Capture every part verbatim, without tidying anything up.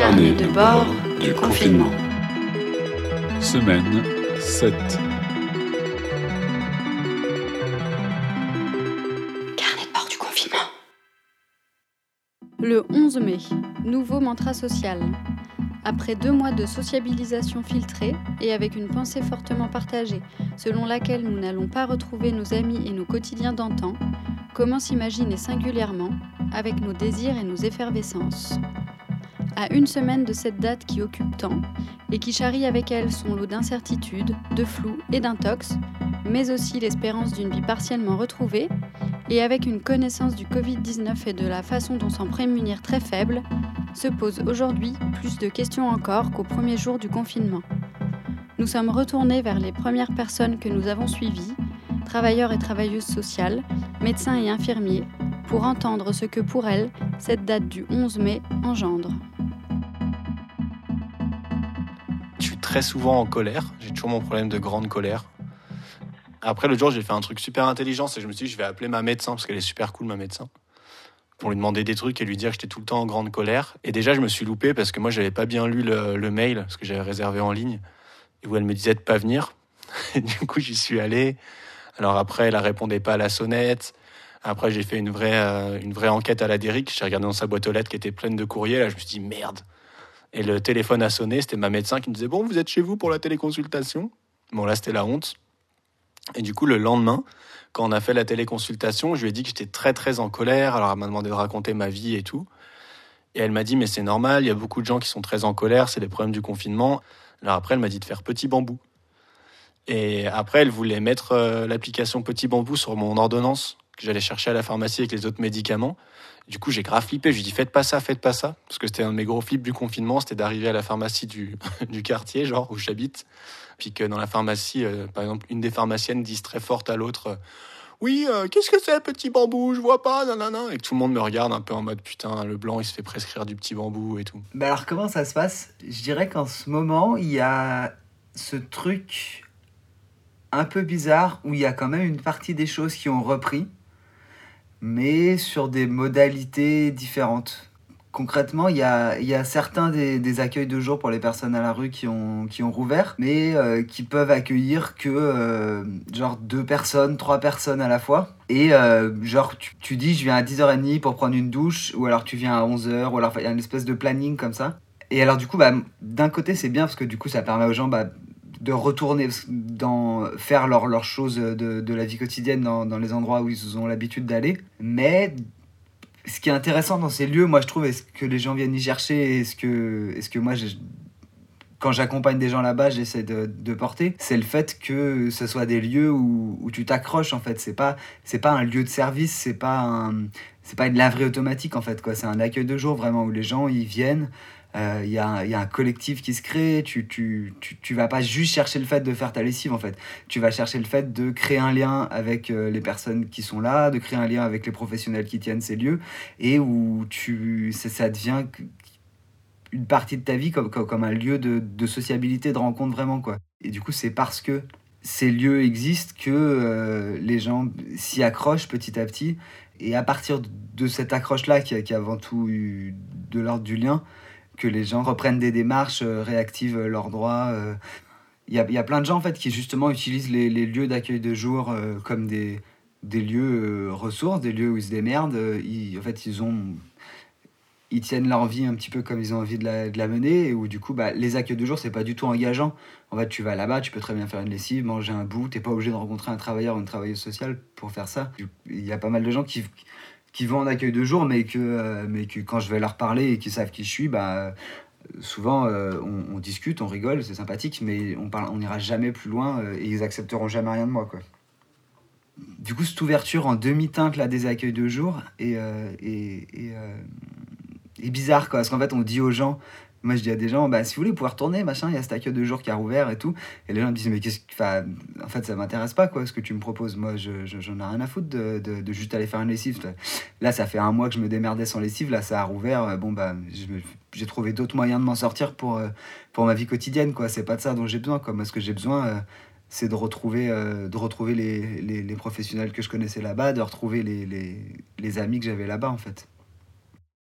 Carnet de bord du confinement. Semaine sept. Carnet de bord du confinement. Le onze mai, nouveau mantra social. Après deux mois de sociabilisation filtrée et avec une pensée fortement partagée, selon laquelle nous n'allons pas retrouver nos amis et nos quotidiens d'antan, comment s'imaginer singulièrement avec nos désirs et nos effervescences. À une semaine de cette date qui occupe tant et qui charrie avec elle son lot d'incertitudes, de flou et d'intox, mais aussi l'espérance d'une vie partiellement retrouvée, et avec une connaissance du covid dix-neuf et de la façon dont s'en prémunir très faible, se posent aujourd'hui plus de questions encore qu'au premier jour du confinement. Nous sommes retournés vers les premières personnes que nous avons suivies, travailleurs et travailleuses sociales, médecins et infirmiers, pour entendre ce que pour elles, cette date du onze mai engendre. Je suis très souvent en colère, j'ai toujours mon problème de grande colère. Après, le jour, j'ai fait un truc super intelligent, c'est que je me suis dit, je vais appeler ma médecin, parce qu'elle est super cool, ma médecin, pour lui demander des trucs et lui dire que j'étais tout le temps en grande colère. Et déjà, je me suis loupé, parce que moi, j'avais pas bien lu le, le mail, parce que j'avais réservé en ligne, et où elle me disait de pas venir. Et du coup, j'y suis allé. Alors après, elle répondait pas à la sonnette. Après, j'ai fait une vraie, euh, une vraie enquête à la Derrick. J'ai regardé dans sa boîte aux lettres qui était pleine de courriers. Là, je me suis dit, merde. Et le téléphone a sonné, c'était ma médecin qui me disait, bon, vous êtes chez vous pour la téléconsultation. Bon, là, c'était la honte. Et du coup, le lendemain, quand on a fait la téléconsultation, je lui ai dit que j'étais très, très en colère. Alors, elle m'a demandé de raconter ma vie et tout. Et elle m'a dit, mais c'est normal, il y a beaucoup de gens qui sont très en colère, c'est les problèmes du confinement. Alors après, elle m'a dit de faire Petit Bambou. Et après, elle voulait mettre euh, l'application Petit Bambou sur mon ordonnance que j'allais chercher à la pharmacie avec les autres médicaments. Du coup, j'ai grave flippé. Je lui ai dit, faites pas ça, faites pas ça. Parce que c'était un de mes gros flips du confinement, c'était d'arriver à la pharmacie du, du quartier, genre, où j'habite. Puis que dans la pharmacie, euh, par exemple, une des pharmaciennes dise très forte à l'autre, euh, oui, euh, qu'est-ce que c'est, Petit Bambou, je vois pas, nanana. Et que tout le monde me regarde un peu en mode, putain, le blanc, il se fait prescrire du Petit Bambou et tout. Bah alors, comment ça se passe ? Je dirais qu'en ce moment, il y a ce truc un peu bizarre où il y a quand même une partie des choses qui ont repris, mais sur des modalités différentes. Concrètement, il y a, il y a certains des, des accueils de jour pour les personnes à la rue qui ont, qui ont rouvert, mais euh, qui peuvent accueillir que euh, genre deux personnes, trois personnes à la fois. Et euh, genre, tu, tu dis, je viens à dix heures trente pour prendre une douche, ou alors tu viens à onze heures, ou alors il y a une espèce de planning comme ça. Et alors du coup, bah, d'un côté, c'est bien parce que du coup, ça permet aux gens bah, de retourner dans, faire leurs leur choses de, de la vie quotidienne dans, dans les endroits où ils ont l'habitude d'aller. Mais ce qui est intéressant dans ces lieux, moi je trouve, est-ce que les gens viennent y chercher, est-ce que, est-ce que moi, je, quand j'accompagne des gens là-bas, j'essaie de, de porter, c'est le fait que ce soit des lieux où, où tu t'accroches en fait. C'est pas, c'est pas un lieu de service, c'est pas, un, c'est pas une laverie automatique en fait, quoi. C'est un accueil de jour vraiment où les gens ils viennent. Il euh, y, y a un collectif qui se crée, tu, tu, tu, tu vas pas juste chercher le fait de faire ta lessive en fait, tu vas chercher le fait de créer un lien avec euh, les personnes qui sont là, de créer un lien avec les professionnels qui tiennent ces lieux, et où tu, ça, ça devient une partie de ta vie comme, comme, comme un lieu de, de sociabilité, de rencontre vraiment quoi. Et du coup c'est parce que ces lieux existent que euh, les gens s'y accrochent petit à petit, et à partir de cette accroche là qui, qui a avant tout eu de l'ordre du lien, que les gens reprennent des démarches, euh, réactivent leurs droits. Il euh, y, y a plein de gens en fait, qui justement utilisent les, les lieux d'accueil de jour euh, comme des, des lieux euh, ressources, des lieux où ils se démerdent. Ils, en fait, ils, ont, ils tiennent leur vie un petit peu comme ils ont envie de la, de la mener, et où du coup, bah, les accueils de jour, c'est pas du tout engageant. En fait, tu vas là-bas, tu peux très bien faire une lessive, manger un bout, t'es pas obligé de rencontrer un travailleur ou une travailleuse sociale pour faire ça. Il y a pas mal de gens qui... qui vont en accueil de jour, mais que, euh, mais que quand je vais leur parler et qu'ils savent qui je suis, bah, souvent euh, on, on discute, on rigole, c'est sympathique, mais on parle, on n'ira jamais plus loin euh, et ils accepteront jamais rien de moi, quoi. Du coup, cette ouverture en demi-teinte là, des accueils de jour est, euh, est, est, euh, est bizarre, quoi, parce qu'en fait on dit aux gens, moi je dis à des gens, bah, si vous voulez pouvoir tourner, machin, il y a cet accueil de jour qui a rouvert et tout, et les gens me disent, mais qu'est-ce que, enfin, en fait ça m'intéresse pas quoi, ce que tu me proposes, moi je, je, j'en ai rien à foutre de, de, de juste aller faire une lessive. Là ça fait un mois que je me démerdais sans lessive, là ça a rouvert, bon bah je, j'ai trouvé d'autres moyens de m'en sortir pour, pour ma vie quotidienne, quoi. C'est pas de ça dont j'ai besoin, quoi. Moi ce que j'ai besoin euh, c'est de retrouver, euh, de retrouver les, les, les professionnels que je connaissais là-bas, de retrouver les, les, les amis que j'avais là-bas en fait.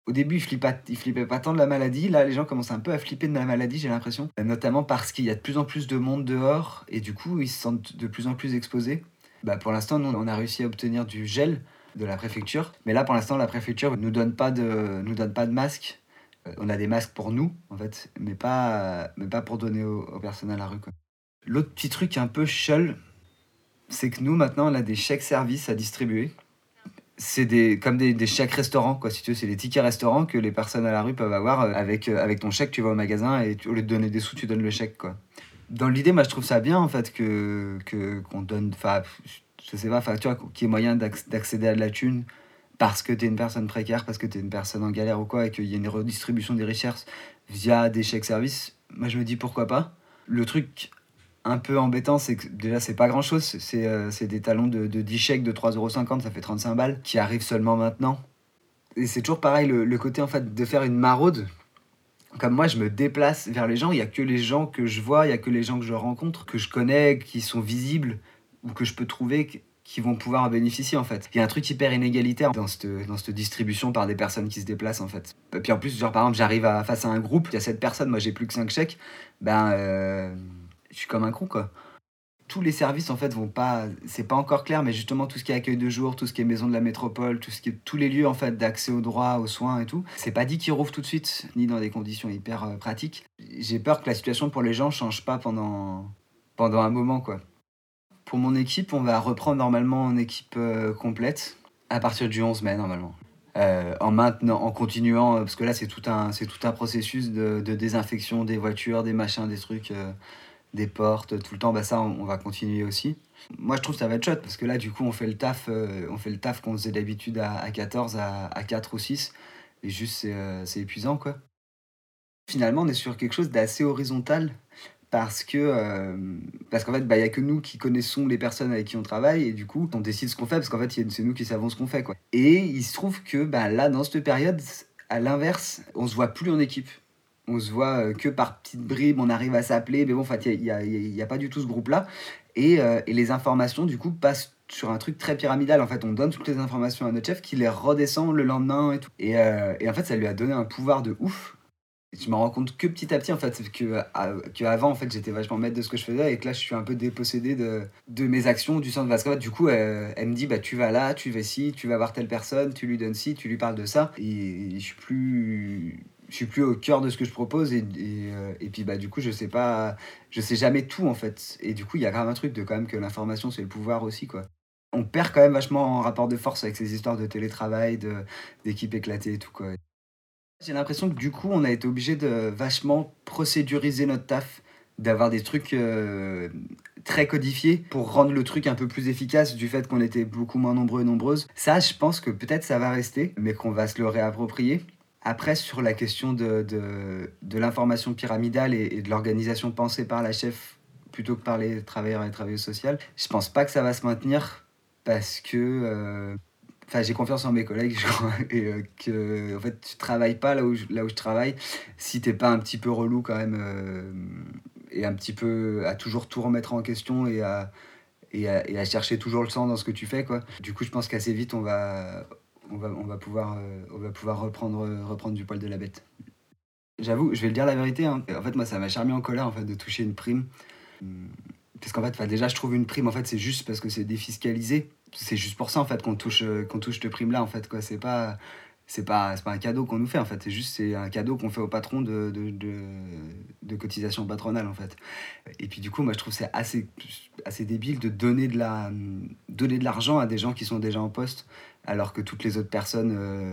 Au début, ils flippaient, ils flippaient pas tant de la maladie. Là, les gens commencent un peu à flipper de la maladie, j'ai l'impression. Notamment parce qu'il y a de plus en plus de monde dehors et du coup, ils se sentent de plus en plus exposés. Bah, pour l'instant, nous, on a réussi à obtenir du gel de la préfecture. Mais là, pour l'instant, la préfecture ne nous donne pas de, nous donne pas de masques. Euh, on a des masques pour nous, en fait, mais pas, mais pas pour donner aux, aux personnes à la rue, quoi. L'autre petit truc un peu chul, c'est que nous, maintenant, on a des chèques services à distribuer. C'est des, comme des, des chèques restaurants, quoi, si tu veux. C'est des tickets restaurants que les personnes à la rue peuvent avoir. Avec, euh, avec ton chèque, tu vas au magasin et tu, au lieu de donner des sous, tu donnes le chèque, quoi. Dans l'idée, moi, je trouve ça bien, en fait, que, que, qu'on donne... Enfin, je sais pas, enfin, tu vois, qu'il y ait moyen d'acc- d'accéder à de la thune parce que t'es une personne précaire, parce que t'es une personne en galère ou quoi, et qu'il y ait une redistribution des richesses via des chèques services. Moi, je me dis, pourquoi pas. Le truc un peu embêtant, c'est que déjà, c'est pas grand-chose. C'est, euh, c'est des talons de, de dix chèques de trois euros cinquante, ça fait trente-cinq balles, qui arrivent seulement maintenant. Et c'est toujours pareil, le, le côté, en fait, de faire une maraude. Comme moi, je me déplace vers les gens, il n'y a que les gens que je vois, il n'y a que les gens que je rencontre, que je connais, qui sont visibles, ou que je peux trouver, qui vont pouvoir en bénéficier, en fait. Il y a un truc hyper inégalitaire dans cette, dans cette distribution par des personnes qui se déplacent, en fait. Et puis en plus, genre, par exemple, j'arrive à, face à un groupe, il y a sept personnes, moi j'ai plus que cinq chèques, ben... Euh, je suis comme un con, quoi. Tous les services, en fait, vont pas... C'est pas encore clair, mais justement, tout ce qui est accueil de jour, tout ce qui est maison de la métropole, tout ce qui est... tous les lieux, en fait, d'accès aux droits, aux soins et tout, c'est pas dit qu'ils rouvrent tout de suite, ni dans des conditions hyper euh, pratiques. J'ai peur que la situation pour les gens change pas pendant, pendant un moment, quoi. Pour mon équipe, on va reprendre normalement en équipe euh, complète à partir du onze mai, normalement. Euh, en maintenant, en continuant, parce que là, c'est tout un, c'est tout un processus de, de désinfection des voitures, des machins, des trucs... Euh, des portes, tout le temps, bah ça, on, on va continuer aussi. Moi, je trouve que ça va être chouette, parce que là, du coup, on fait le taf, euh, on fait le taf qu'on faisait d'habitude à, à quatorze, à, à quatre ou six, et juste, c'est, euh, c'est épuisant, quoi. Finalement, on est sur quelque chose d'assez horizontal, parce que euh, parce qu'en fait, bah, y a que nous qui connaissons les personnes avec qui on travaille, et du coup, on décide ce qu'on fait, parce qu'en fait, y a- c'est nous qui savons ce qu'on fait, quoi. Et il se trouve que bah, là, dans cette période, à l'inverse, on se voit plus en équipe. On se voit euh, que par petites bribes, on arrive à s'appeler, mais bon, en fait, il n'y a, y a- y a pas du tout ce groupe-là. Et, euh, et les informations, du coup, passent sur un truc très pyramidal. En fait, on donne toutes les informations à notre chef qui les redescend le lendemain et tout. Et, euh, et en fait, ça lui a donné un pouvoir de ouf. Et je me rends compte que petit à petit, en fait, que, à- que avant, en fait, j'étais vachement maître de ce que je faisais et que là, je suis un peu dépossédé de, de mes actions, du sens. Parce qu'en fait, du coup, euh, elle me dit, bah, tu vas là, tu vas ci, tu vas voir telle personne, tu lui donnes ci, tu lui parles de ça. Et je suis plus, je suis plus au cœur de ce que je propose et, et, euh, et puis, bah, du coup, je sais pas, je sais jamais tout, en fait. Et du coup, il y a quand même un truc de quand même que l'information, c'est le pouvoir aussi, quoi. On perd quand même vachement en rapport de force avec ces histoires de télétravail, de, d'équipe éclatée et tout, quoi. J'ai l'impression que du coup, on a été obligé de vachement procéduriser notre taf, d'avoir des trucs euh, très codifiés pour rendre le truc un peu plus efficace du fait qu'on était beaucoup moins nombreux et nombreuses. Ça, je pense que peut-être ça va rester, mais qu'on va se le réapproprier. Après, sur la question de, de, de l'information pyramidale et, et de l'organisation pensée par la chef plutôt que par les travailleurs et les travailleuses sociales, je pense pas que ça va se maintenir parce que... euh, Enfin, j'ai confiance en mes collègues, je crois, et euh, que en fait, tu travailles pas là où je, là où je travaille si t'es pas un petit peu relou quand même euh, et un petit peu à toujours tout remettre en question et à, et à, et à chercher toujours le sens dans ce que tu fais, quoi. Du coup, je pense qu'assez vite, on va, on va, on va pouvoir, euh, on va pouvoir reprendre, reprendre du poil de la bête. J'avoue, je vais le dire la vérité, hein. En fait, moi, ça m'a charmé en colère en fait, de toucher une prime. Hum, Parce qu'en fait, enfin, déjà, je trouve une prime, en fait, c'est juste parce que c'est défiscalisé. C'est juste pour ça, en fait, qu'on touche, euh, qu'on touche cette prime-là, en fait, quoi. C'est pas, c'est pas, c'est pas un cadeau qu'on nous fait, en fait. C'est juste, c'est un cadeau qu'on fait au patron de, de, de, de cotisation patronale, en fait. Et puis, du coup, moi, je trouve que c'est assez, assez débile de donner de la, donner de l'argent à des gens qui sont déjà en poste, alors que toutes les autres personnes... euh,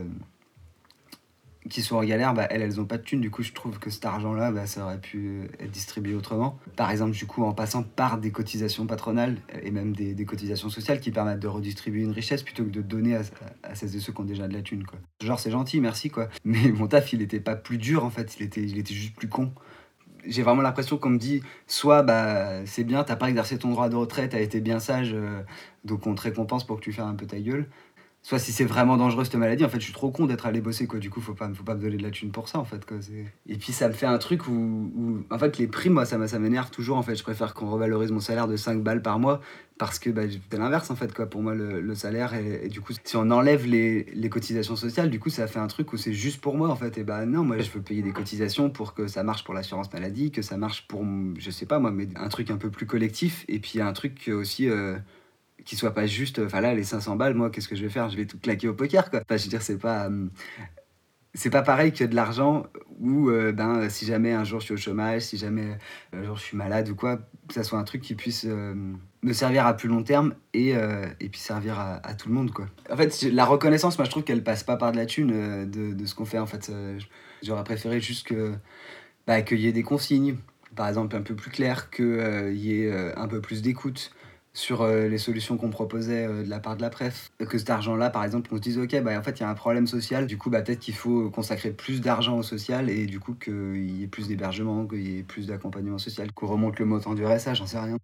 qui sont en galère, bah, elles, elles ont pas de thunes. Du coup, je trouve que cet argent-là, bah, ça aurait pu être distribué autrement. Par exemple, du coup, en passant par des cotisations patronales et même des, des cotisations sociales qui permettent de redistribuer une richesse plutôt que de donner à, à celles et ceux qui ont déjà de la thune, quoi. Genre, c'est gentil, merci, quoi. Mais mon taf, il était pas plus dur, en fait. Il était, il était juste plus con. J'ai vraiment l'impression qu'on me dit, soit, bah, c'est bien, t'as pas exercé ton droit de retraite, t'as été bien sage, euh, donc on te récompense pour que tu fasses un peu ta gueule. Soit si c'est vraiment dangereux cette maladie, en fait, je suis trop con d'être allé bosser, quoi. Du coup, faut pas, faut pas me donner de la thune pour ça, en fait, quoi. C'est... Et puis, ça me fait un truc où, où en fait, les primes, moi, ça, ça m'énerve toujours, en fait. Je préfère qu'on revalorise mon salaire de cinq balles par mois parce que bah, c'est l'inverse, en fait, quoi. Pour moi, le, le salaire, et, et du coup, si on enlève les, les cotisations sociales, du coup, ça fait un truc où c'est juste pour moi, en fait. Et bah non, moi, je veux payer des cotisations pour que ça marche pour l'assurance maladie, que ça marche pour, je sais pas, moi, mais un truc un peu plus collectif. Et puis, un truc aussi... Euh, qui soit pas juste, enfin là, les cinq cents balles, moi, qu'est-ce que je vais faire? Je vais tout claquer au poker, quoi. Enfin, je veux dire, c'est pas, euh, c'est pas pareil que de l'argent où, euh, ben, si jamais un jour je suis au chômage, si jamais un jour je suis malade ou quoi, que ça soit un truc qui puisse euh, me servir à plus long terme et, euh, et puis servir à, à tout le monde, quoi. En fait, la reconnaissance, moi, je trouve qu'elle passe pas par de la thune euh, de, de ce qu'on fait, en fait. Euh, j'aurais préféré juste que, bah, qu'il y ait des consignes, par exemple, un peu plus claires, qu'il euh, y ait euh, un peu plus d'écoute sur euh, les solutions qu'on proposait euh, de la part de la presse. Que cet argent-là, par exemple, on se dise, ok, bah, en fait, il y a un problème social, du coup, bah, peut-être qu'il faut consacrer plus d'argent au social et du coup, qu'il y ait plus d'hébergement, qu'il y ait plus d'accompagnement social, qu'on remonte le montant du R S A, j'en sais rien.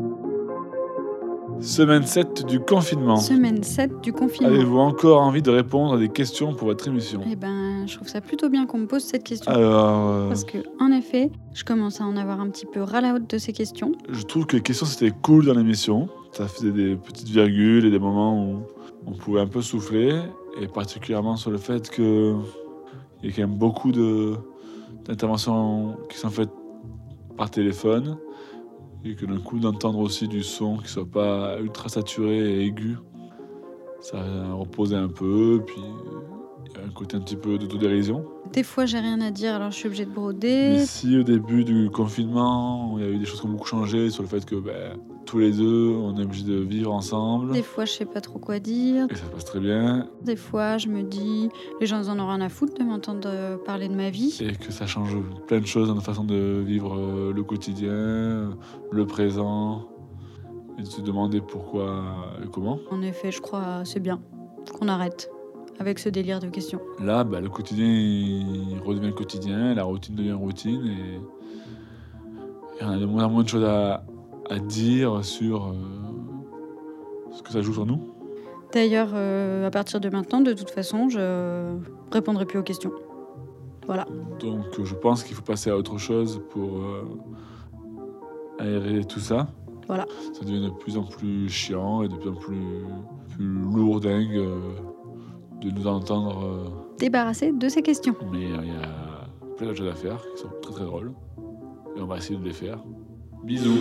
Semaine sept du confinement. Semaine sept du confinement. Avez-vous encore envie de répondre à des questions pour votre émission? Eh ben, je trouve ça plutôt bien qu'on me pose cette question. Alors... Euh... Parce que, en effet, je commence à en avoir un petit peu ras la haute de ces questions. Je trouve que les questions, c'était cool dans l'émission. Ça faisait des petites virgules et des moments où on pouvait un peu souffler. Et particulièrement sur le fait qu'il y a quand même beaucoup de... d'interventions qui sont faites par téléphone. Et que d'un coup, d'entendre aussi du son qui ne soit pas ultra saturé et aigu, ça reposait un peu, puis il y a un côté un petit peu d'autodérision. Des fois, j'ai rien à dire, alors je suis obligée de broder. Mais si au début du confinement, il y a eu des choses qui ont beaucoup changé sur le fait que ben, tous les deux, on est obligés de vivre ensemble. Des fois, je sais pas trop quoi dire. Et ça passe très bien. Des fois, je me dis, les gens en ont rien à foutre de m'entendre parler de ma vie. Et que ça change plein de choses dans notre façon de vivre le quotidien, le présent, et de se demander pourquoi et comment. En effet, je crois c'est bien qu'on arrête avec ce délire de questions. Là, bah, le quotidien il redevient le quotidien, la routine devient routine, et, et on a de moins en moins de choses à, à dire sur euh, ce que ça joue sur nous. D'ailleurs, euh, à partir de maintenant, de toute façon, je répondrai plus aux questions. Voilà. Donc je pense qu'il faut passer à autre chose pour euh, aérer tout ça. Voilà. Ça devient de plus en plus chiant et de plus en plus, plus lourdingue euh, de nous entendre euh... débarrasser de ces questions. Mais il euh, y a plein de choses à faire qui sont très très drôles. Et on va essayer de les faire. Bisous.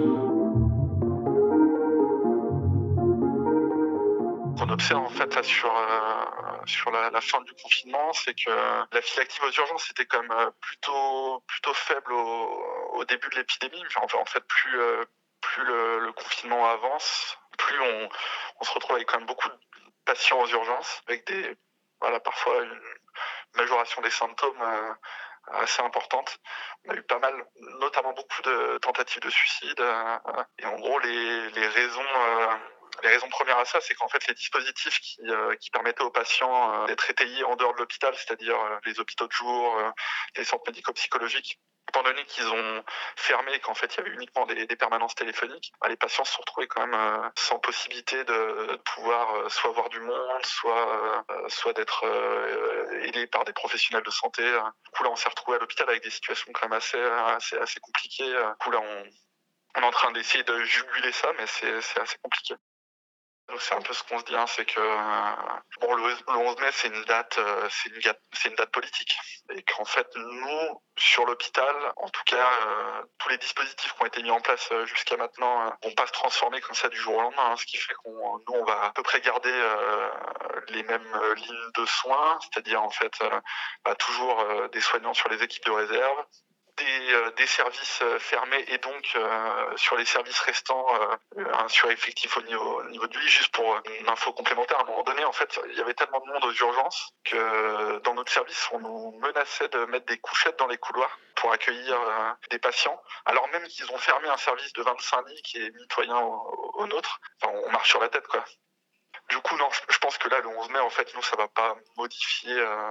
On observe en fait là sur, euh, sur la, la fin du confinement, c'est que la file active aux urgences était quand même plutôt, plutôt faible au, au début de l'épidémie. En fait, plus, euh, plus le, le confinement avance, plus on, on se retrouve avec quand même beaucoup de patients aux urgences, avec des, voilà, parfois une majoration des symptômes euh, assez importante. On a eu pas mal, notamment beaucoup de tentatives de suicide. Euh, et en gros, les, les raisons... Euh, Les raisons premières à ça, c'est qu'en fait, les dispositifs qui, euh, qui permettaient aux patients euh, d'être étayés en dehors de l'hôpital, c'est-à-dire euh, les hôpitaux de jour, euh, les centres médico-psychologiques, étant donné qu'ils ont fermé et qu'en fait, il y avait uniquement des, des permanences téléphoniques, bah, les patients se sont retrouvés quand même euh, sans possibilité de, de pouvoir euh, soit voir du monde, soit, euh, soit d'être euh, aidés par des professionnels de santé. Du coup, là, on s'est retrouvés à l'hôpital avec des situations quand même assez, assez, assez compliquées. Du coup, là, on, on est en train d'essayer de juguler ça, mais c'est, c'est assez compliqué. Donc c'est un peu ce qu'on se dit, hein, c'est que euh, bon, le, le onze mai c'est une date, euh, c'est une, c'est une date politique, et qu'en fait nous sur l'hôpital, en tout cas euh, tous les dispositifs qui ont été mis en place euh, jusqu'à maintenant euh, vont pas se transformer comme ça du jour au lendemain, hein, ce qui fait qu'on nous on va à peu près garder euh, les mêmes euh, lignes de soins, c'est-à-dire en fait euh, bah, toujours euh, des soignants sur les équipes de réserve. Des, euh, des services euh, fermés et donc euh, sur les services restants euh, un sureffectif au niveau, au niveau du lit. Juste pour une info complémentaire, à un moment donné en fait il y avait tellement de monde aux urgences que dans notre service on nous menaçait de mettre des couchettes dans les couloirs pour accueillir euh, des patients, alors même qu'ils ont fermé un service de vingt-cinq lits qui est mitoyen au, au nôtre. Enfin, on marche sur la tête quoi. Du coup non, je pense que là le onze mai en fait nous ça va pas modifier euh,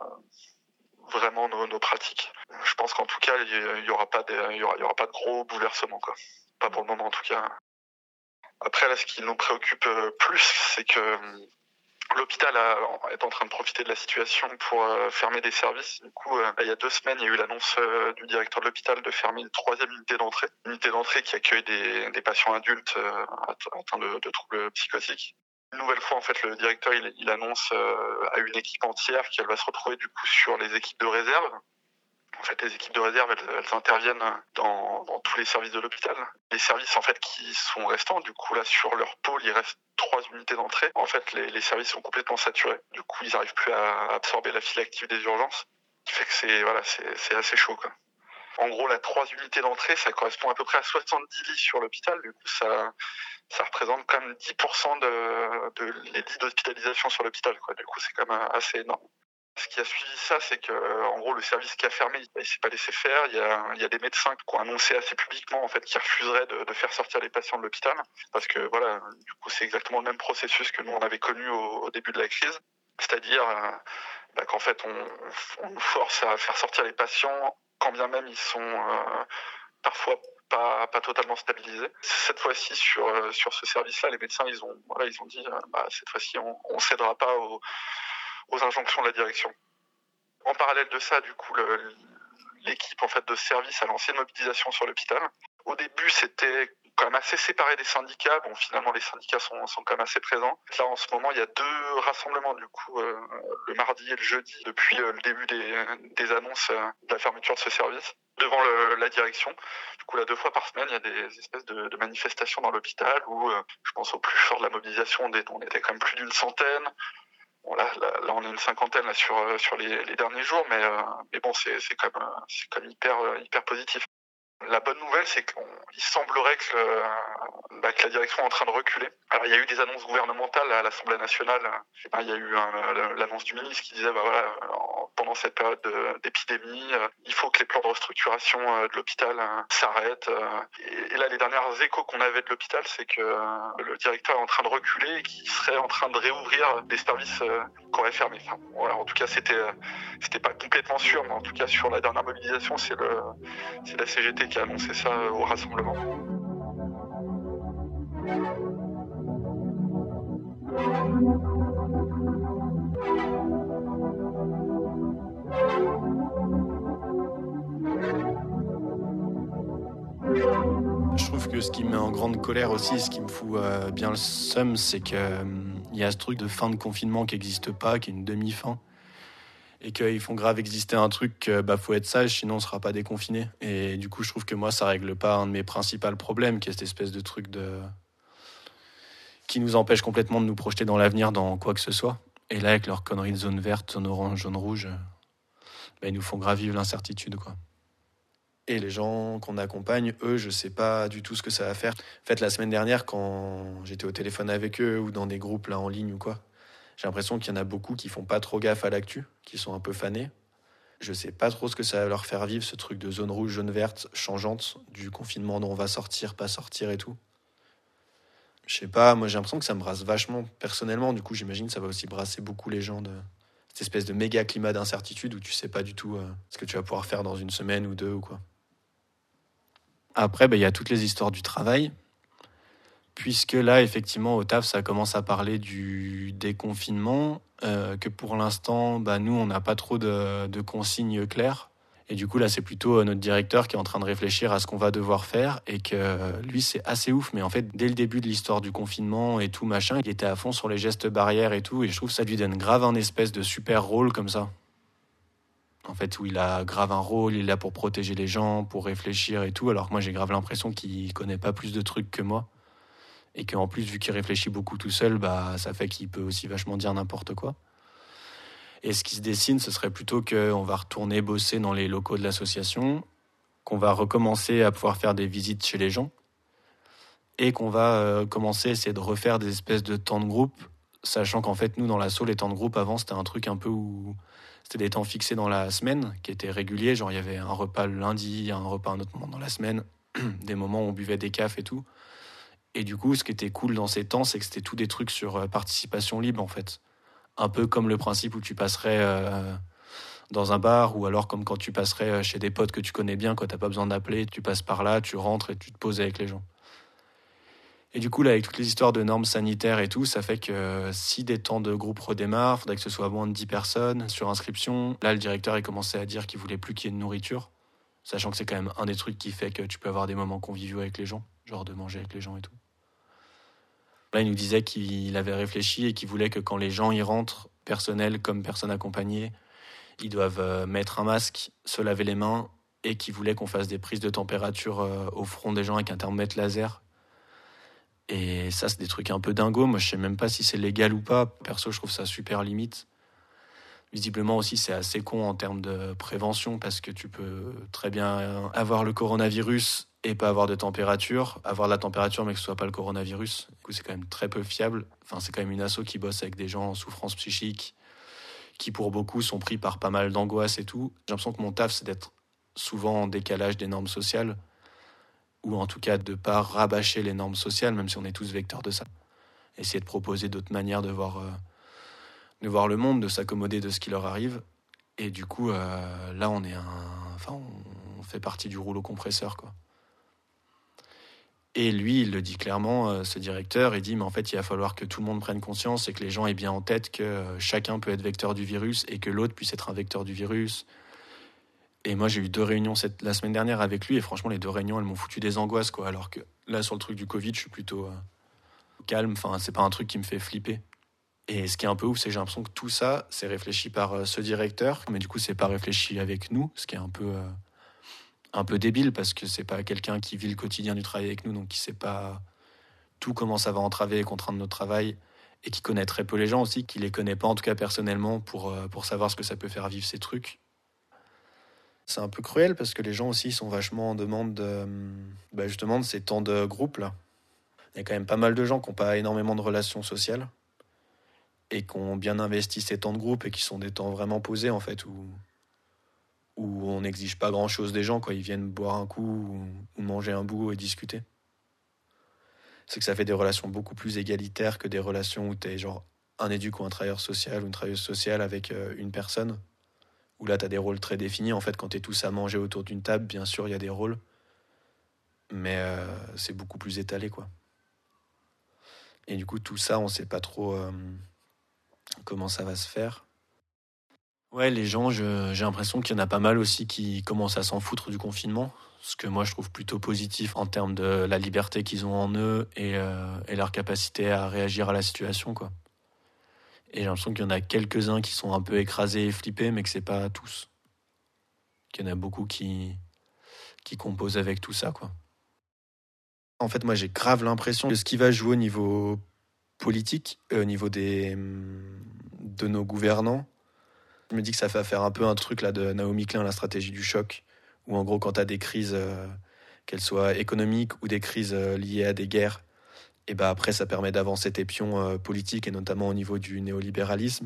vraiment nos, nos pratiques. Je pense qu'en tout cas, il y aura pas de, il y aura, il y aura pas de gros bouleversements, quoi. Pas pour le moment, en tout cas. Après, là, ce qui nous préoccupe plus, c'est que l'hôpital a, est en train de profiter de la situation pour euh, fermer des services. Du coup, euh, il y a deux semaines, il y a eu l'annonce euh, du directeur de l'hôpital de fermer une troisième unité d'entrée. Une unité d'entrée qui accueille des, des patients adultes euh, atteints de, de troubles psychotiques. Une nouvelle fois, en fait, le directeur il, il annonce euh, à une équipe entière qu'elle va se retrouver du coup sur les équipes de réserve. En fait, les équipes de réserve, elles, elles interviennent dans, dans tous les services de l'hôpital. Les services, en fait, qui sont restants, du coup, là, sur leur pôle, il reste trois unités d'entrée. En fait, les, les services sont complètement saturés. Du coup, ils n'arrivent plus à absorber la file active des urgences. Ce qui fait que c'est, voilà, c'est, c'est assez chaud, quoi. En gros, la trois unités d'entrée, ça correspond à peu près à soixante-dix lits sur l'hôpital. Du coup, ça, ça représente quand même dix pour cent de, de les lits d'hospitalisation sur l'hôpital, quoi. Du coup, c'est quand même assez énorme. Ce qui a suivi ça, c'est que, en gros, le service qui a fermé, il ne s'est pas laissé faire. Il y a, il y a des médecins qui ont annoncé assez publiquement, en fait, qu'ils refuseraient de, de faire sortir les patients de l'hôpital. Parce que, voilà, du coup, c'est exactement le même processus que nous, on avait connu au, au début de la crise. C'est-à-dire euh, bah, qu'en fait, on, on nous force à faire sortir les patients, quand bien même ils sont euh, parfois pas, pas totalement stabilisés. Cette fois-ci, sur, sur ce service-là, les médecins, ils ont, voilà, ils ont dit, euh, bah, cette fois-ci, on ne cédera pas aux... aux injonctions de la direction. En parallèle de ça, du coup, le, l'équipe en fait, de service a lancé une mobilisation sur l'hôpital. Au début, c'était quand même assez séparé des syndicats. Bon, finalement, les syndicats sont, sont quand même assez présents. Là, en ce moment, il y a deux rassemblements, du coup, euh, le mardi et le jeudi, depuis euh, le début des, des annonces euh, de la fermeture de ce service, devant le, la direction. Du coup, là, deux fois par semaine, il y a des espèces de, de manifestations dans l'hôpital où, euh, je pense au plus fort de la mobilisation, on était quand même plus d'une centaine. Bon, là, là, là, on est une cinquantaine là, sur, sur les, les derniers jours, mais, euh, mais bon, c'est, c'est, quand même, c'est quand même hyper, hyper positif. La bonne nouvelle, c'est qu'il semblerait que, euh, bah, que la direction est en train de reculer. Alors, il y a eu des annonces gouvernementales à l'Assemblée nationale. Bah, il y a eu un, l'annonce du ministre qui disait bah, voilà, pendant cette période de, d'épidémie, euh, il faut que les plans de restructuration euh, de l'hôpital euh, s'arrêtent. Euh, et, et là, les dernières échos qu'on avait de l'hôpital, c'est que euh, le directeur est en train de reculer et qu'il serait en train de réouvrir des services euh, qu'on aurait fermés. Enfin, voilà, en tout cas, c'était, euh, c'était pas complètement sûr, mais en tout cas, sur la dernière mobilisation, c'est, le, c'est la C G T qui a annoncé ça au rassemblement. Je trouve que ce qui me met en grande colère aussi, ce qui me fout euh, bien le seum, c'est qu'il euh, y a ce truc de fin de confinement qui n'existe pas, qui est une demi-fin. Et qu'ils font grave exister un truc que bah, faut être sage, sinon on ne sera pas déconfiné. Et du coup, je trouve que moi, ça règle pas un de mes principaux problèmes, qui est cette espèce de truc de... qui nous empêche complètement de nous projeter dans l'avenir, dans quoi que ce soit. Et là, avec leur connerie de zone verte, zone orange, zone rouge, bah, ils nous font grave vivre l'incertitude, quoi. Et les gens qu'on accompagne, eux, je sais pas du tout ce que ça va faire. En fait, la semaine dernière, quand j'étais au téléphone avec eux ou dans des groupes là en ligne ou quoi, j'ai l'impression qu'il y en a beaucoup qui font pas trop gaffe à l'actu, qui sont un peu fanés. Je sais pas trop ce que ça va leur faire vivre, ce truc de zone rouge, zone verte, changeante, du confinement dont on va sortir, pas sortir et tout. Je sais pas, moi j'ai l'impression que ça me brasse vachement personnellement. Du coup, j'imagine que ça va aussi brasser beaucoup les gens de cette espèce de méga climat d'incertitude où tu sais pas du tout euh, ce que tu vas pouvoir faire dans une semaine ou deux ou quoi. Après, bah, y a toutes les histoires du travail. Puisque là, effectivement, au taf, ça commence à parler du déconfinement, euh, que pour l'instant, bah, nous, on n'a pas trop de, de consignes claires. Et du coup, là, c'est plutôt notre directeur qui est en train de réfléchir à ce qu'on va devoir faire. Et que lui, c'est assez ouf. Mais en fait, dès le début de l'histoire du confinement et tout, machin, il était à fond sur les gestes barrières et tout. Et je trouve que ça lui donne grave un espèce de super rôle comme ça. En fait, où il a grave un rôle, il est là pour protéger les gens, pour réfléchir et tout. Alors que moi, j'ai grave l'impression qu'il connaît pas plus de trucs que moi. Et qu'en plus, vu qu'il réfléchit beaucoup tout seul, bah, ça fait qu'il peut aussi vachement dire n'importe quoi. Et ce qui se dessine, ce serait plutôt qu'on va retourner bosser dans les locaux de l'association, qu'on va recommencer à pouvoir faire des visites chez les gens, et qu'on va euh, commencer à essayer de refaire des espèces de temps de groupe, sachant qu'en fait, nous, dans l'asso, les temps de groupe, avant, c'était un truc un peu où... C'était des temps fixés dans la semaine, qui étaient réguliers, genre il y avait un repas le lundi, un repas à un autre moment dans la semaine, des moments où on buvait des cafes et tout. Et du coup, ce qui était cool dans ces temps, c'est que c'était tout des trucs sur participation libre, en fait. Un peu comme le principe où tu passerais euh, dans un bar, ou alors comme quand tu passerais chez des potes que tu connais bien, quand t'as pas besoin d'appeler, tu passes par là, tu rentres et tu te poses avec les gens. Et du coup, là, avec toutes les histoires de normes sanitaires et tout, ça fait que si des temps de groupe redémarrent, il faudrait que ce soit moins de dix personnes sur inscription. Là, le directeur a commencé à dire qu'il voulait plus qu'il y ait de nourriture, sachant que c'est quand même un des trucs qui fait que tu peux avoir des moments conviviaux avec les gens, genre de manger avec les gens et tout. Là, il nous disait qu'il avait réfléchi et qu'il voulait que quand les gens y rentrent, personnel comme personnes accompagnées, ils doivent mettre un masque, se laver les mains, et qu'il voulait qu'on fasse des prises de température au front des gens avec un thermomètre laser. Et ça, c'est des trucs un peu dingos. Moi, je sais même pas si c'est légal ou pas. Perso, je trouve ça super limite. Visiblement aussi, c'est assez con en termes de prévention parce que tu peux très bien avoir le coronavirus et pas avoir de température. Avoir de la température, mais que ce soit pas le coronavirus. Du coup, c'est quand même très peu fiable. Enfin, c'est quand même une asso qui bosse avec des gens en souffrance psychique, qui pour beaucoup sont pris par pas mal d'angoisse et tout. J'ai l'impression que mon taf, c'est d'être souvent en décalage des normes sociales, ou en tout cas de ne pas rabâcher les normes sociales, même si on est tous vecteurs de ça. Essayer de proposer d'autres manières de voir, euh, de voir le monde, de s'accommoder de ce qui leur arrive. Et du coup, euh, là, on est un, enfin, on, on fait partie du rouleau compresseur, quoi. Et lui, il le dit clairement, euh, ce directeur, il dit, mais en fait, il va falloir que tout le monde prenne conscience et que les gens aient bien en tête que euh, chacun peut être vecteur du virus et que l'autre puisse être un vecteur du virus. Et moi, j'ai eu deux réunions cette, la semaine dernière avec lui, et franchement, les deux réunions, elles m'ont foutu des angoisses, quoi. Alors que là, sur le truc du Covid, je suis plutôt euh, calme. Enfin, c'est pas un truc qui me fait flipper. Et ce qui est un peu ouf, c'est que j'ai l'impression que tout ça, c'est réfléchi par euh, ce directeur, mais du coup, c'est pas réfléchi avec nous, ce qui est un peu, euh, un peu débile, parce que c'est pas quelqu'un qui vit le quotidien du travail avec nous, donc qui sait pas tout comment ça va entraver et contraindre notre travail, et qui connaît très peu les gens aussi, qui les connaît pas, en tout cas personnellement, pour, euh, pour savoir ce que ça peut faire vivre ces trucs. C'est un peu cruel parce que les gens aussi sont vachement en demande de, bah justement de ces temps de groupe là. Il y a quand même pas mal de gens qui n'ont pas énormément de relations sociales et qui ont bien investi ces temps de groupe et qui sont des temps vraiment posés en fait, où, où on n'exige pas grand chose des gens, quoi. Ils viennent boire un coup ou, ou manger un bout et discuter. C'est que ça fait des relations beaucoup plus égalitaires que des relations où tu es genre un éduc ou un travailleur social ou une travailleuse sociale avec une personne. Où là, tu as des rôles très définis. En fait, quand tu es tous à manger autour d'une table, bien sûr, il y a des rôles. Mais euh, c'est beaucoup plus étalé, quoi. Et du coup, tout ça, on ne sait pas trop euh, comment ça va se faire. Ouais, les gens, je, j'ai l'impression qu'il y en a pas mal aussi qui commencent à s'en foutre du confinement. Ce que moi, je trouve plutôt positif en termes de la liberté qu'ils ont en eux et, euh, et leur capacité à réagir à la situation, quoi. Et j'ai l'impression qu'il y en a quelques-uns qui sont un peu écrasés et flippés, mais que c'est pas tous. Qu'il y en a beaucoup qui, qui composent avec tout ça, quoi. En fait, moi, j'ai grave l'impression que ce qui va jouer au niveau politique, euh, au niveau des, de nos gouvernants, je me dis que ça va faire un peu un truc là de Naomi Klein, la stratégie du choc, où en gros, quand tu as des crises, euh, qu'elles soient économiques ou des crises euh, liées à des guerres, et bah après, ça permet d'avancer tes pions euh, politiques, et notamment au niveau du néolibéralisme.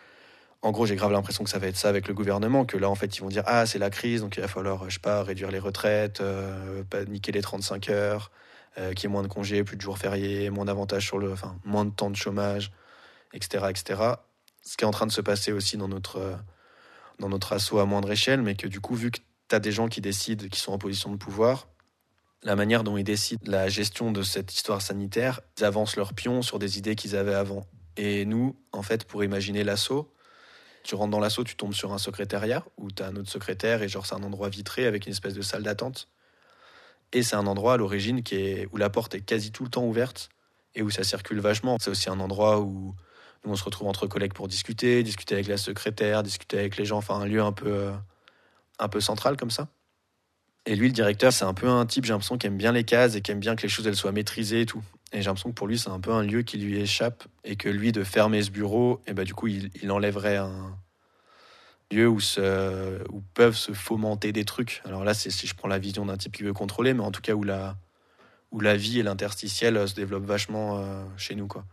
En gros, j'ai grave l'impression que ça va être ça avec le gouvernement, que là, en fait, ils vont dire « Ah, c'est la crise, donc il va falloir, je sais pas, réduire les retraites, euh, pas niquer les trente-cinq heures, euh, qu'il y ait moins de congés, plus de jours fériés, moins d'avantages sur le... Enfin, moins de temps de chômage, et cetera, et cetera » Ce qui est en train de se passer aussi dans notre, euh, dans notre asso à moindre échelle, mais que du coup, vu que tu as des gens qui décident, qui sont en position de pouvoir, la manière dont ils décident la gestion de cette histoire sanitaire, ils avancent leurs pions sur des idées qu'ils avaient avant. Et nous, en fait, pour imaginer l'asso, tu rentres dans l'asso, tu tombes sur un secrétariat où tu as un autre secrétaire et genre c'est un endroit vitré avec une espèce de salle d'attente. Et c'est un endroit à l'origine qui est, où la porte est quasi tout le temps ouverte et où ça circule vachement. C'est aussi un endroit où nous on se retrouve entre collègues pour discuter, discuter avec la secrétaire, discuter avec les gens, enfin un lieu un peu, euh, un peu central comme ça. Et lui, le directeur, c'est un peu un type, j'ai l'impression, qui aime bien les cases et qui aime bien que les choses elles soient maîtrisées et tout. Et j'ai l'impression que pour lui, c'est un peu un lieu qui lui échappe et que lui, de fermer ce bureau, et bah, du coup, il, il enlèverait un lieu où, se, où peuvent se fomenter des trucs. Alors là, c'est si je prends la vision d'un type qui veut contrôler, mais en tout cas où la, où la vie et l'interstitiel se développent vachement euh, chez nous, quoi.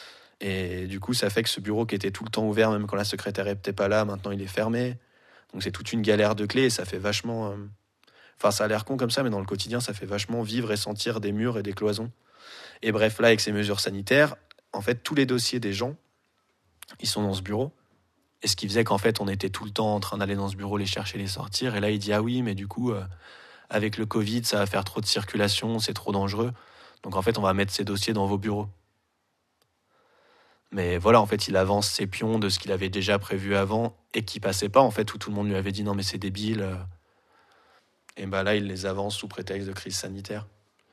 Et du coup, ça fait que ce bureau qui était tout le temps ouvert, même quand la secrétaire n'était pas là, maintenant il est fermé. Donc c'est toute une galère de clés et ça fait vachement... Euh... Enfin, ça a l'air con comme ça, mais dans le quotidien, ça fait vachement vivre et sentir des murs et des cloisons. Et bref, là, avec ces mesures sanitaires, en fait, tous les dossiers des gens, ils sont dans ce bureau. Et ce qui faisait qu'en fait, on était tout le temps en train d'aller dans ce bureau, les chercher, les sortir. Et là, il dit, ah oui, mais du coup, euh, avec le Covid, ça va faire trop de circulation, c'est trop dangereux. Donc en fait, on va mettre ces dossiers dans vos bureaux. Mais voilà, en fait, il avance ses pions de ce qu'il avait déjà prévu avant et qui passait pas, en fait, où tout le monde lui avait dit non, mais c'est débile. Et ben là, il les avance sous prétexte de crise sanitaire.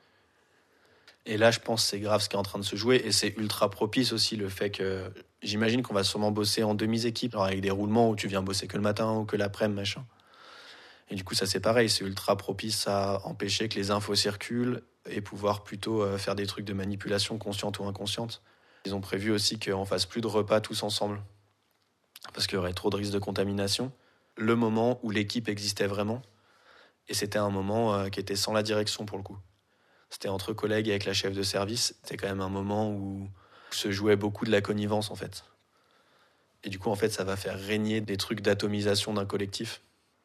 Et là, je pense que c'est grave ce qui est en train de se jouer. Et c'est ultra propice aussi le fait que... J'imagine qu'on va sûrement bosser en demi-équipe, genre avec des roulements où tu viens bosser que le matin ou que l'après-midi, machin. Et du coup, ça, c'est pareil. C'est ultra propice à empêcher que les infos circulent et pouvoir plutôt faire des trucs de manipulation consciente ou inconsciente. Ils ont prévu aussi qu'on fasse plus de repas tous ensemble parce qu'il y aurait trop de risques de contamination. Le moment où l'équipe existait vraiment, et c'était un moment euh, qui était sans la direction pour le coup. C'était entre collègues et avec la chef de service. C'était quand même un moment où se jouait beaucoup de la connivence en fait. Et du coup, en fait, ça va faire régner des trucs d'atomisation d'un collectif.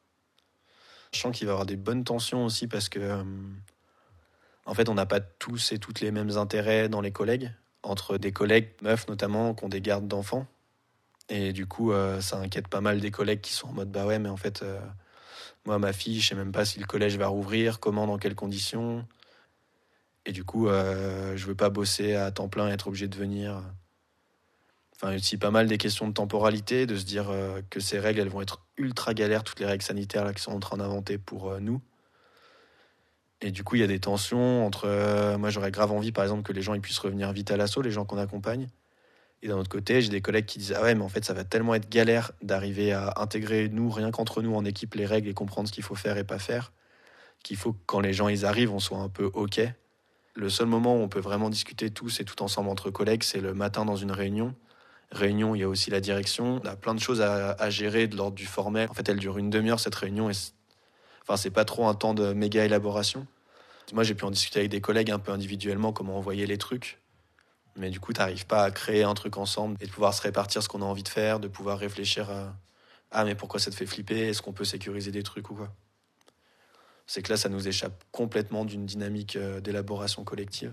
Je sens qu'il va y avoir des bonnes tensions aussi parce que, euh, en fait, on n'a pas tous et toutes les mêmes intérêts dans les collègues. Entre des collègues, meufs notamment, qui ont des gardes d'enfants. Et du coup, euh, ça inquiète pas mal des collègues qui sont en mode « bah ouais, mais en fait, euh, moi, ma fille, je sais même pas si le collège va rouvrir, comment, dans quelles conditions. » Et du coup, euh, je veux pas bosser à temps plein et être obligé de venir. Enfin, aussi pas mal des questions de temporalité, de se dire euh, que ces règles, elles vont être ultra galères, toutes les règles sanitaires là, qui sont en train d'inventer pour euh, nous. Et du coup, il y a des tensions entre... Euh, moi, j'aurais grave envie, par exemple, que les gens ils puissent revenir vite à l'assaut, les gens qu'on accompagne. Et d'un autre côté, j'ai des collègues qui disent « Ah ouais, mais en fait, ça va tellement être galère d'arriver à intégrer, nous, rien qu'entre nous, en équipe, les règles et comprendre ce qu'il faut faire et pas faire, qu'il faut que quand les gens ils arrivent, on soit un peu OK. » Le seul moment où on peut vraiment discuter tous et tout ensemble entre collègues, c'est le matin dans une réunion. Réunion, il y a aussi la direction. On a plein de choses à, à gérer de l'ordre du formel. En fait, elle dure une demi-heure, cette réunion. Et c'est... Enfin, c'est pas trop un temps de méga élaboration. Moi, j'ai pu en discuter avec des collègues un peu individuellement, comment on voyait les trucs. Mais du coup, t'arrives pas à créer un truc ensemble et de pouvoir se répartir ce qu'on a envie de faire, de pouvoir réfléchir à « Ah, mais pourquoi ça te fait flipper ? Est-ce qu'on peut sécuriser des trucs ou quoi ?» C'est que là, ça nous échappe complètement d'une dynamique d'élaboration collective.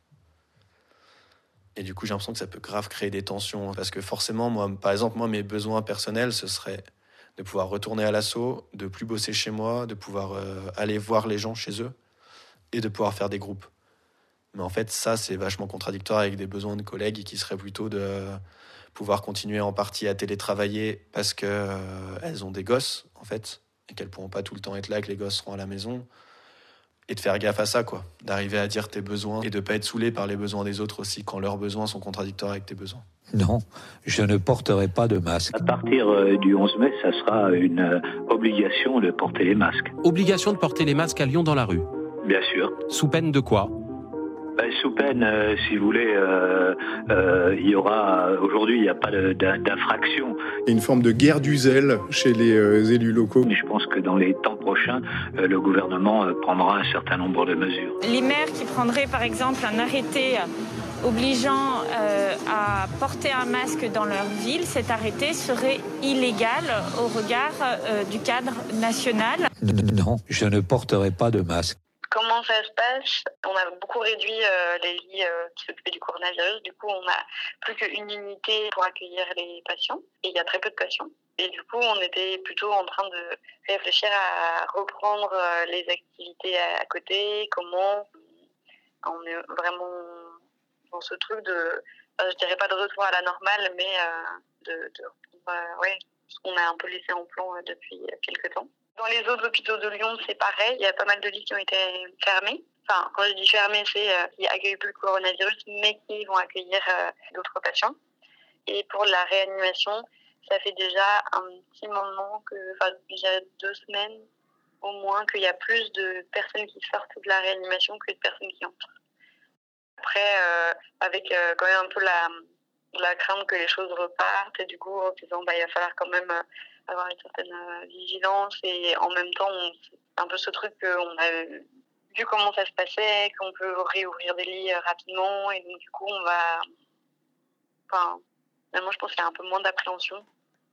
Et du coup, j'ai l'impression que ça peut grave créer des tensions. Parce que forcément, moi, par exemple, moi, mes besoins personnels, ce serait de pouvoir retourner à l'assaut, de plus bosser chez moi, de pouvoir euh, aller voir les gens chez eux et de pouvoir faire des groupes. Mais en fait, ça, c'est vachement contradictoire avec des besoins de collègues qui seraient plutôt de pouvoir continuer en partie à télétravailler parce qu'elles euh, ont des gosses, en fait, et qu'elles pourront pas tout le temps être là, que les gosses seront à la maison. Et de faire gaffe à ça, quoi. D'arriver à dire tes besoins et de pas être saoulé par les besoins des autres aussi quand leurs besoins sont contradictoires avec tes besoins. Non, je ne porterai pas de masque. À partir du onze mai, ça sera une obligation de porter les masques. Obligation de porter les masques à Lyon dans la rue. Bien sûr. Sous peine de quoi ? Ben, sous peine, euh, si vous voulez, euh, euh, il y aura... Aujourd'hui, il n'y a pas de, d'infraction. Il y a une forme de guerre du zèle chez les euh, élus locaux. Mais je pense que dans les temps prochains, euh, le gouvernement euh, prendra un certain nombre de mesures. Les maires qui prendraient, par exemple, un arrêté obligeant euh, à porter un masque dans leur ville, cet arrêté serait illégal au regard euh, du cadre national. Non, je ne porterai pas de masque. Comment ça se passe ? On a beaucoup réduit euh, les lits euh, qui s'occupaient du coronavirus. Du coup, on n'a plus qu'une unité pour accueillir les patients. Et il y a très peu de patients. Et du coup, on était plutôt en train de réfléchir à reprendre euh, les activités à, à côté. Comment on est vraiment dans ce truc de, euh, je dirais pas de retour à la normale, mais euh, de, de euh, ouais, ce qu'on a un peu laissé en plan euh, depuis quelques temps. Dans les autres hôpitaux de Lyon, c'est pareil. Il y a pas mal de lits qui ont été fermés. Enfin, quand je dis fermés, c'est euh, qui accueillent plus le coronavirus, mais qui vont accueillir euh, d'autres patients. Et pour la réanimation, ça fait déjà un petit moment, que, enfin, déjà deux semaines au moins, qu'il y a plus de personnes qui sortent de la réanimation que de personnes qui entrent. Après, euh, avec euh, quand même un peu la, la crainte que les choses repartent, et du coup, en disant, bah, il va falloir quand même euh, avoir une certaine euh, vigilance, et en même temps, on, c'est un peu ce truc qu'on a vu comment ça se passait, qu'on peut réouvrir des lits euh, rapidement, et donc du coup, on va... Enfin, moi, je pense qu'il y a un peu moins d'appréhension.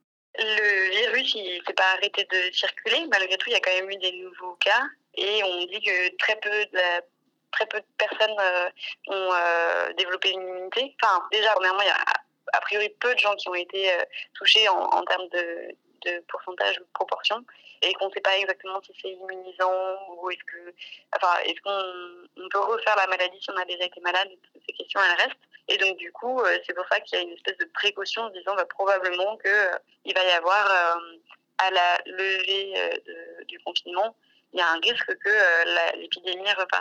Le virus, il ne s'est pas arrêté de circuler. Malgré tout, il y a quand même eu des nouveaux cas, et on dit que très peu de la Très peu de personnes euh, ont euh, développé une immunité. Enfin, déjà, premièrement, il y a a, a priori peu de gens qui ont été euh, touchés en, en termes de, de pourcentage ou de proportion. et qu'on ne sait pas exactement si c'est immunisant ou est-ce que, enfin, est-ce qu'on on peut refaire la maladie si on a déjà été malade. Ces questions, elles restent. Et donc, du coup, euh, c'est pour ça qu'il y a une espèce de précaution en disant bah, probablement qu'il euh, va y avoir, euh, à la levée euh, de, du confinement, il y a un risque que euh, la, l'épidémie reparte.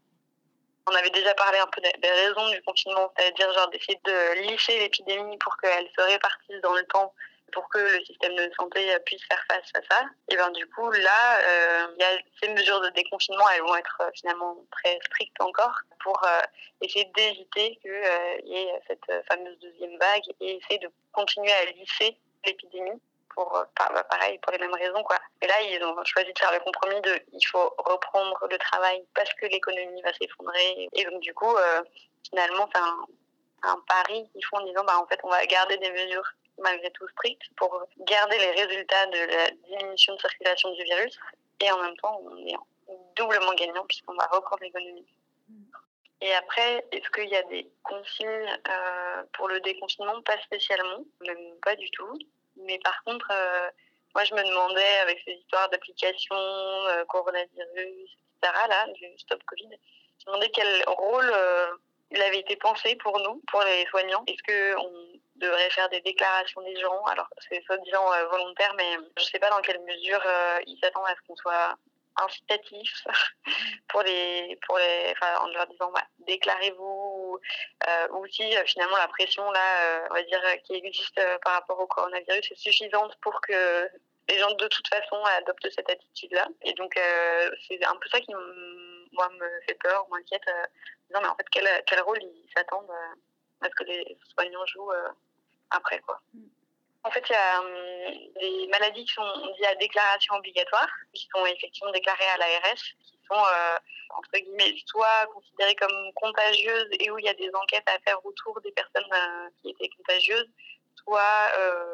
On avait déjà parlé un peu des, des raisons du confinement, c'est-à-dire genre d'essayer de lisser l'épidémie pour qu'elle se répartisse dans le temps, pour que le système de santé puisse faire face à ça. Et bien du coup, là, euh, y a ces mesures de déconfinement, elles vont être euh, finalement très strictes encore pour euh, essayer d'éviter qu'il euh, y ait cette fameuse deuxième vague et essayer de continuer à lisser l'épidémie. Pour, bah, pareil, pour les mêmes raisons, quoi. Et là, ils ont choisi de faire le compromis de il faut reprendre le travail parce que l'économie va s'effondrer. Et donc, du coup, euh, finalement, c'est un, un pari qu'ils font en disant bah, en fait, on va garder des mesures malgré tout strictes pour garder les résultats de la diminution de circulation du virus. Et en même temps, on est doublement gagnant puisqu'on va reprendre l'économie. Et après, est-ce qu'il y a des consignes euh, pour le déconfinement? Pas spécialement, même pas du tout. Mais par contre, euh, moi, je me demandais, avec ces histoires d'applications, euh, coronavirus, et cetera, là, du Stop Covid, je me demandais quel rôle euh, il avait été pensé pour nous, pour les soignants. Est-ce qu'on devrait faire des déclarations des gens? Alors, c'est soi-disant euh, volontaire, mais je ne sais pas dans quelle mesure euh, ils s'attendent à ce qu'on soit incitatif pour les pour les enfin en leur disant bah, déclarez-vous euh, ou si euh, finalement la pression là euh, on va dire qui existe euh, par rapport au coronavirus est suffisante pour que les gens de toute façon adoptent cette attitude là. Et donc euh, c'est un peu ça qui m- moi me fait peur, m'inquiète euh, non mais en fait quel quel rôle ils s'attendent euh, à ce que les soignants jouent euh, après quoi. En fait, il y a hum, des maladies qui sont dites à déclaration obligatoire, qui sont effectivement déclarées à l'A R S, qui sont, euh, entre guillemets, soit considérées comme contagieuses et où il y a des enquêtes à faire autour des personnes euh, qui étaient contagieuses, soit, euh,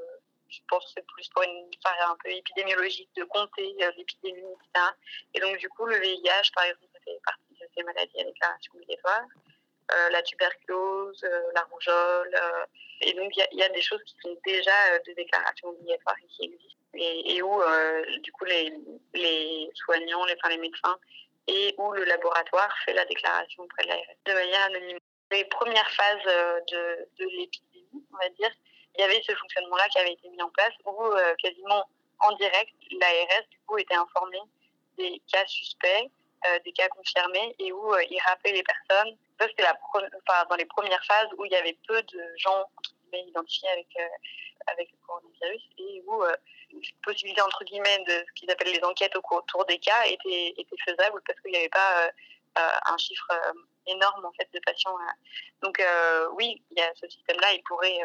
je pense que c'est plus pour une phase un peu épidémiologique de compter euh, l'épidémie, et cetera. Et donc, du coup, le V I H, par exemple, ça fait partie de ces maladies à déclaration obligatoire. Euh, la tuberculose, euh, la rougeole. Euh, et donc, il y, y a des choses qui sont déjà euh, de déclaration obligatoire et qui existent. Et, et où, euh, du coup, les, les soignants, les, enfin, les médecins, et où le laboratoire fait la déclaration auprès de l'A R S de manière anonyme. Les premières phases euh, de, de l'épidémie, on va dire, il y avait ce fonctionnement-là qui avait été mis en place où euh, quasiment en direct, l'A R S, du coup, était informée des cas suspects, euh, des cas confirmés et où euh, il rappelait les personnes. Ça, c'était la pre- enfin, dans les premières phases où il y avait peu de gens entre guillemets, identifiés avec, euh, avec le coronavirus et où euh, une possibilité entre guillemets de ce qu'ils appellent les enquêtes autour des cas était, était faisable parce qu'il n'y avait pas euh, euh, un chiffre euh, énorme en fait, de patients. Euh. Donc euh, oui, il y a ce système-là, il pourrait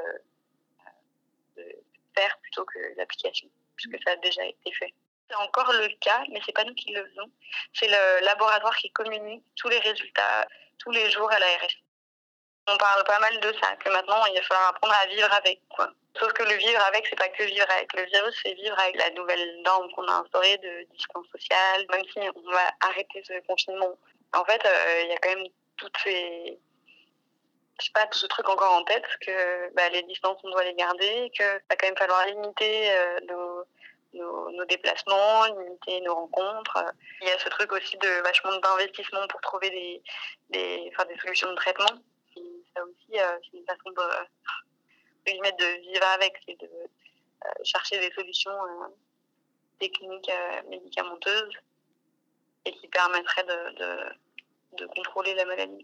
euh, euh, faire plutôt que l'application puisque ça a déjà été fait. C'est encore le cas, mais c'est pas nous qui le faisons. C'est le laboratoire qui communique tous les résultats tous les jours à l'A R S. On parle pas mal de ça, que maintenant il va falloir apprendre à vivre avec, quoi. Sauf que le vivre avec, c'est pas que vivre avec le virus, c'est vivre avec la nouvelle norme qu'on a instaurée de distance sociale, même si on va arrêter ce confinement. En fait, il euh, y a quand même toutes ces, je sais pas, tout ce truc encore en tête, que bah, les distances, on doit les garder, que va quand même falloir limiter euh, nos Nos, nos déplacements, limiter nos rencontres. Il y a ce truc aussi de vachement d'investissement pour trouver des, des, enfin, des solutions de traitement. Et ça aussi, euh, c'est une façon de, de, de vivre avec, c'est de euh, chercher des solutions euh, techniques, euh, médicamenteuses et qui permettraient de, de, de contrôler la maladie.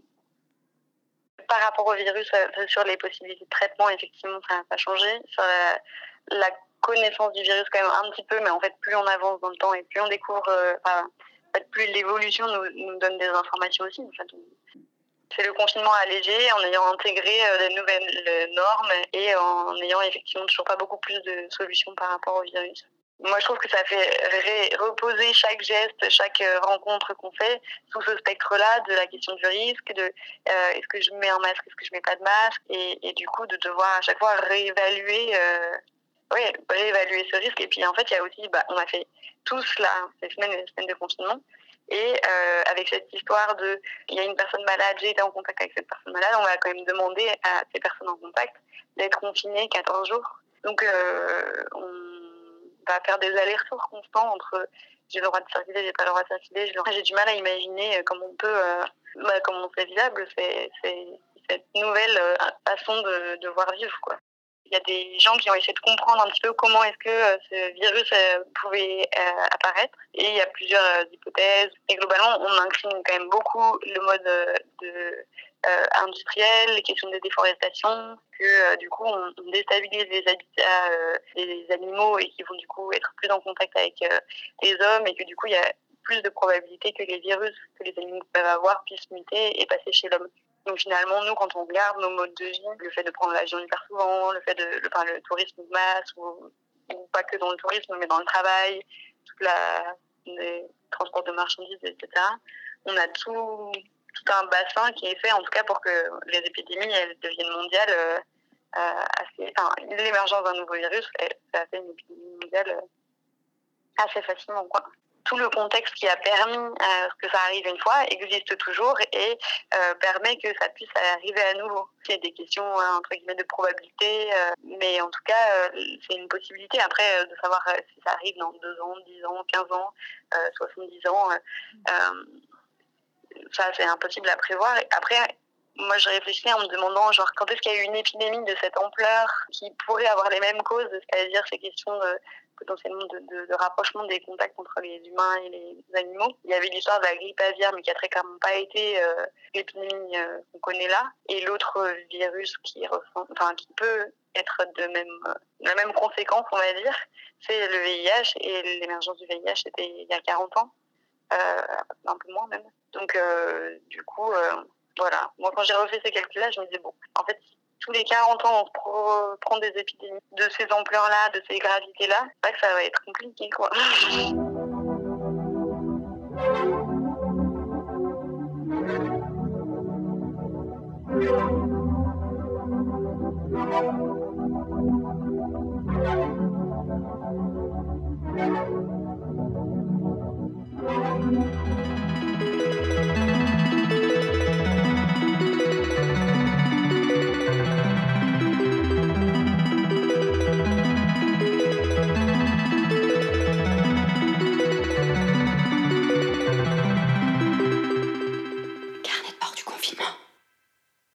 Par rapport au virus, euh, sur les possibilités de traitement, effectivement, ça n'a pas changé. Sur la, la connaissance du virus quand même un petit peu, mais en fait plus on avance dans le temps et plus on découvre, euh, enfin, en fait, plus l'évolution nous, nous donne des informations aussi. En fait, on... C'est le confinement allégé en ayant intégré euh, de nouvelles normes et en ayant effectivement toujours pas beaucoup plus de solutions par rapport au virus. Moi, je trouve que ça fait ré- reposer chaque geste, chaque euh, rencontre qu'on fait sous ce spectre-là de la question du risque, de euh, est-ce que je mets un masque, est-ce que je mets pas de masque, et, et du coup de devoir à chaque fois réévaluer. Euh, Oui, réévaluer ce risque. Et puis en fait, il y a aussi, bah, on a fait tous là, ces semaines et des semaines de confinement. Et euh, avec cette histoire de, il y a une personne malade, j'ai été en contact avec cette personne malade, on va quand même demander à ces personnes en contact d'être confinées quatorze jours. Donc, euh, on, va faire des allers-retours constants entre j'ai le droit de circuler, j'ai pas le droit de circuler. J'ai du mal à imaginer comment on peut, euh, bah, comment c'est vivable, c'est, c'est cette nouvelle euh, façon de, de voir vivre, quoi. Il y a des gens qui ont essayé de comprendre un petit peu comment est-ce que euh, ce virus euh, pouvait euh, apparaître. Et il y a plusieurs euh, hypothèses. Et globalement, on incline quand même beaucoup le mode euh, de, euh, industriel, les questions de déforestation, que euh, du coup, on, on déstabilise les habitats euh, des animaux et qui vont du coup être plus en contact avec euh, les hommes et que du coup, il y a plus de probabilité que les virus que les animaux peuvent avoir puissent muter et passer chez l'homme. Donc finalement, nous, quand on regarde nos modes de vie, le fait de prendre l'avion hyper souvent, le fait de, le, enfin, le tourisme de masse, ou, ou pas que dans le tourisme, mais dans le travail, toute la, les transports de marchandises, et cetera. On a tout, tout un bassin qui est fait, en tout cas, pour que les épidémies elles deviennent mondiales. Euh, euh, assez, enfin, l'émergence d'un nouveau virus, ça a fait une épidémie mondiale euh, assez facilement, quoi. Tout le contexte qui a permis euh, que ça arrive une fois existe toujours et euh, permet que ça puisse arriver à nouveau. C'est des questions euh, entre guillemets de probabilité, euh, mais en tout cas euh, c'est une possibilité. Après euh, de savoir euh, si ça arrive dans deux ans, dix ans, quinze ans, euh, soixante-dix ans, euh, euh, ça c'est impossible à prévoir. Et après, moi je réfléchis en me demandant genre quand est-ce qu'il y a eu une épidémie de cette ampleur qui pourrait avoir les mêmes causes, c'est-à-dire ces questions de potentiellement de, de, de rapprochement des contacts entre les humains et les animaux. Il y avait l'histoire de la grippe aviaire, mais qui a très clairement pas été euh, l'épidémie euh, qu'on connaît là. Et l'autre virus qui, ressent, enfin, qui peut être de même, euh, la même conséquence, on va dire, c'est le V I H. Et l'émergence du V I H, c'était il y a quarante ans, euh, un peu moins même. Donc, euh, du coup, euh, voilà. Moi, quand j'ai refait ces calculs-là, je me disais, bon, en fait, tous les quarante ans, on se prend des épidémies de ces ampleurs-là, de ces gravités-là. C'est vrai que ça va être compliqué, quoi. Thank you.